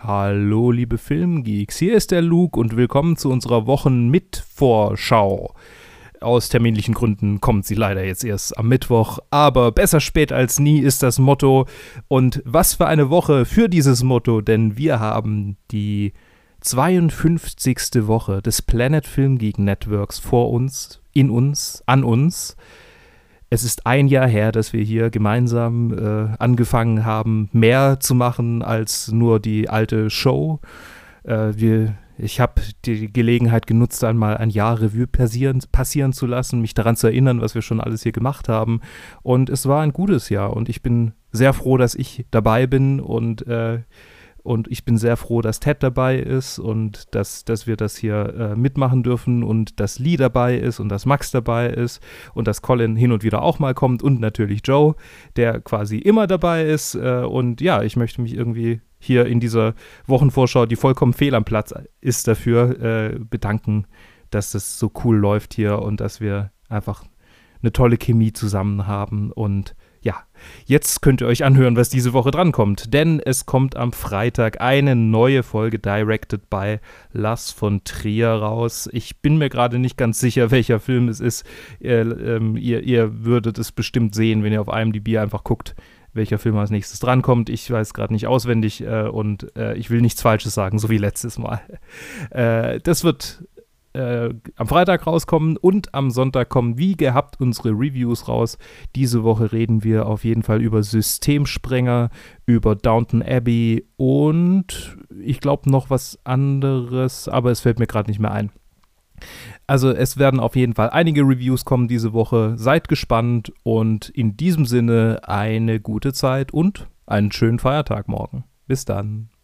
Hallo liebe Filmgeeks, hier ist der Luke und willkommen zu unserer Wochenmittvorschau. Aus terminlichen Gründen kommt sie leider jetzt erst am Mittwoch, aber besser spät als nie ist das Motto. Und was für eine Woche für dieses Motto, denn wir haben die 52. Woche des Planet Film Geek Networks vor uns, in uns, an uns. Es ist ein Jahr her, dass wir hier gemeinsam angefangen haben, mehr zu machen als nur die alte Show. Ich habe die Gelegenheit genutzt, einmal ein Jahr Revue passieren zu lassen, mich daran zu erinnern, was wir schon alles hier gemacht haben. Und es war ein gutes Jahr und ich bin sehr froh, dass ich dabei bin und ich bin sehr froh, dass Ted dabei ist und dass wir das hier mitmachen dürfen und dass Lee dabei ist und dass Max dabei ist und dass Colin hin und wieder auch mal kommt und natürlich Joe, der quasi immer dabei ist. Und ja, ich möchte mich irgendwie hier in dieser Wochenvorschau, die vollkommen fehl am Platz ist, dafür bedanken, dass es so cool läuft hier und dass wir einfach eine tolle Chemie zusammen haben. Und ja, jetzt könnt ihr euch anhören, was diese Woche drankommt, denn es kommt am Freitag eine neue Folge Directed by Lars von Trier raus. Ich bin mir gerade nicht ganz sicher, welcher Film es ist. Ihr würdet es bestimmt sehen, wenn ihr auf IMDb einfach guckt, welcher Film als nächstes drankommt. Ich weiß gerade nicht auswendig und ich will nichts Falsches sagen, so wie letztes Mal. Das wird am Freitag rauskommen und am Sonntag kommen wie gehabt unsere Reviews raus. Diese Woche reden wir auf jeden Fall über Systemsprenger, über Downton Abbey und ich glaube noch was anderes, aber es fällt mir gerade nicht mehr ein. Also es werden auf jeden Fall einige Reviews kommen diese Woche. Seid gespannt und in diesem Sinne eine gute Zeit und einen schönen Feiertag morgen. Bis dann.